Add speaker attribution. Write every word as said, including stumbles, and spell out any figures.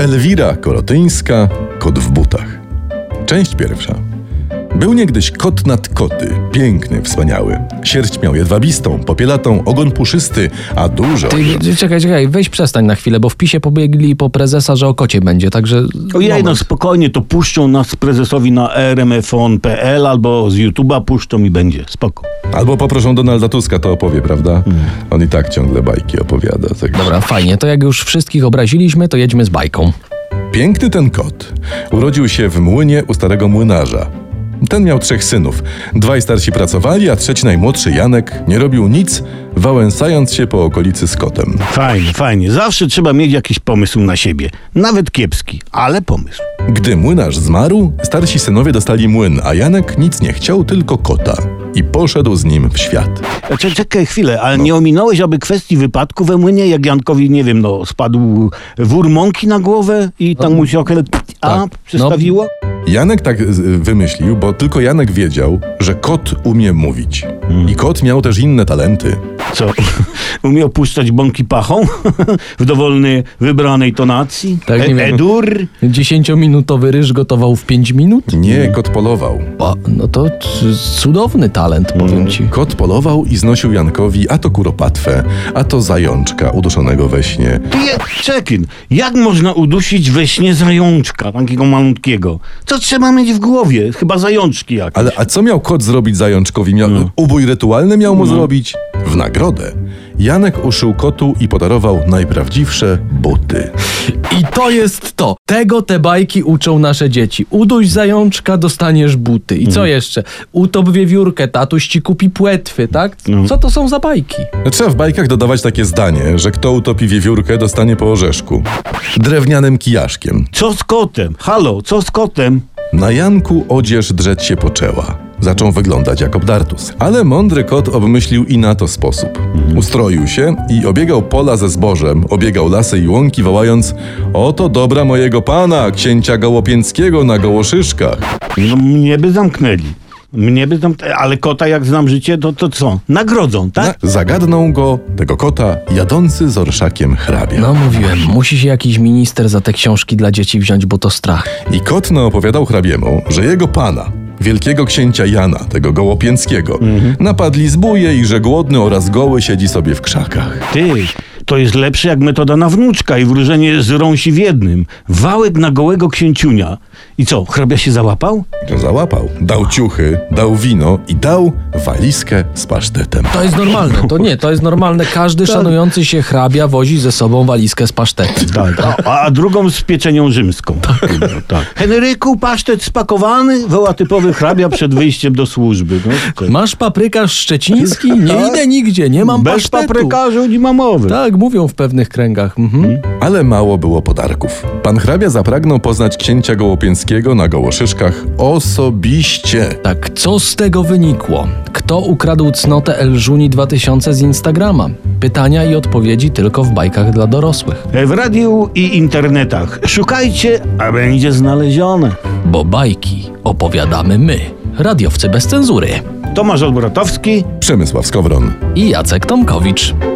Speaker 1: Elwira Korotyńska, Kot w butach. Część pierwsza. Był niegdyś kot nad koty, piękny, wspaniały. Sierść miał jedwabistą, popielatą, ogon puszysty, a dużo...
Speaker 2: Ty, czekaj, czekaj, weź przestań na chwilę, bo w PiSie pobiegli po prezesa, że o kocie będzie, także...
Speaker 3: Ojej,
Speaker 2: moment.
Speaker 3: no spokojnie, to puszczą nas prezesowi na r m f on kropka p l albo z YouTube'a puszczą i będzie, spoko.
Speaker 1: Albo poproszą Donalda Tuska, to opowie, prawda? Hmm. On i tak ciągle bajki opowiada. Tak.
Speaker 2: Dobra, fajnie, to jak już wszystkich obraziliśmy, to jedźmy z bajką.
Speaker 1: Piękny ten kot urodził się w młynie u starego młynarza. Ten miał trzech synów. Dwaj starsi pracowali, a trzeci najmłodszy, Janek, nie robił nic, wałęsając się po okolicy z kotem.
Speaker 3: Fajnie, fajnie. Zawsze trzeba mieć jakiś pomysł na siebie. Nawet kiepski, ale pomysł.
Speaker 1: Gdy młynarz zmarł, starsi synowie dostali młyn, a Janek nic nie chciał, tylko kota. I poszedł z nim w świat.
Speaker 3: Czekaj chwilę, ale
Speaker 1: No.
Speaker 3: nie ominąłeś aby kwestii wypadku we młynie, jak Jankowi, nie wiem, no, spadł wór mąki na głowę i tam mu się okres a
Speaker 2: tak.
Speaker 3: przestawiło?
Speaker 1: Janek tak y, wymyślił, bo tylko Janek wiedział, że kot umie mówić. Hmm. I kot miał też inne talenty.
Speaker 3: Co? Umiał puszczać bąki pachą? W dowolnej, wybranej tonacji?
Speaker 2: Tak, nie
Speaker 3: e-
Speaker 2: wiem.
Speaker 3: Edur?
Speaker 2: Dziesięciominutowy ryż gotował w pięć minut?
Speaker 1: Nie, kot polował.
Speaker 2: O, no to c- cudowny talent, powiem ci.
Speaker 1: Kot polował i znosił Jankowi a to kuropatwę, a to zajączka uduszonego we śnie.
Speaker 3: Ty je, Czekin, jak można udusić we śnie zajączka, takiego malutkiego? Co trzeba mieć w głowie? Chyba zajączki jakieś.
Speaker 1: Ale a co miał kot zrobić zajączkowi? Miał,
Speaker 3: No.
Speaker 1: Ubój rytualny miał mu
Speaker 3: No.
Speaker 1: zrobić? W nagrodę Janek uszył kotu i podarował najprawdziwsze buty.
Speaker 2: I to jest to. Tego te bajki uczą nasze dzieci. Uduś zajączka, dostaniesz buty. I co jeszcze? Utop wiewiórkę, tatuś ci kupi płetwy, tak?
Speaker 3: No.
Speaker 2: Co to są za bajki?
Speaker 1: Trzeba w bajkach dodawać takie zdanie, że kto utopi wiewiórkę, dostanie po orzeszku. Drewnianym kijaszkiem.
Speaker 3: Co z kotem? Halo, co z kotem?
Speaker 1: Na Janku odzież drzeć się poczęła. Zaczął wyglądać jak obdartus. Ale mądry kot obmyślił i na to sposób. Ustroił się i obiegał pola ze zbożem, obiegał lasy i łąki, wołając: oto dobra mojego pana, księcia Gołopięckiego na Gołoszyszkach.
Speaker 3: No mnie by zamknęli. Mnie by zamknęli. Ale kota, jak znam życie, to, to co? Nagrodzą, tak?
Speaker 1: Na- zagadnął go, tego kota, jadący z orszakiem hrabia.
Speaker 2: No mówiłem, musi się jakiś minister za te książki dla dzieci wziąć, bo to strach.
Speaker 1: I kot naopowiadał hrabiemu, że jego pana, wielkiego księcia Jana, tego Gołopięckiego, napadli zbóje i że głodny oraz goły siedzi sobie w krzakach.
Speaker 3: Ty, to jest lepsze jak metoda na wnuczka i wróżenie z rąsi w jednym. Wałek na gołego księciunia. I co, hrabia się załapał?
Speaker 1: To załapał. Dał ciuchy, dał wino i dał walizkę z pasztetem.
Speaker 2: To jest normalne, to nie, to jest normalne. Każdy szanujący się hrabia wozi ze sobą walizkę z pasztetem.
Speaker 3: Tak. A, a drugą z pieczenią rzymską. Tak. tak. Henryku, pasztet spakowany? Woła typowy hrabia przed wyjściem do służby. No, tak.
Speaker 2: Masz paprykarz szczeciński? Nie idę nigdzie, nie mam
Speaker 3: Bez
Speaker 2: pasztetu.
Speaker 3: paprykarzu nie ma mowy.
Speaker 2: Tak, mówią w pewnych kręgach. Mhm.
Speaker 1: Ale mało było podarków. Pan hrabia zapragnął poznać księcia Gołopięckiego na Gołoszyszkach osobiście.
Speaker 2: Tak, co z tego wynikło? Kto ukradł cnotę Elżuni dwa tysiące z Instagrama? Pytania i odpowiedzi tylko w bajkach dla dorosłych.
Speaker 3: W radiu i internetach. Szukajcie, a będzie znalezione.
Speaker 2: Bo bajki opowiadamy my, radiowcy bez cenzury.
Speaker 3: Tomasz Olbratowski.
Speaker 1: Przemysław Skowron.
Speaker 2: I Jacek Tomkowicz.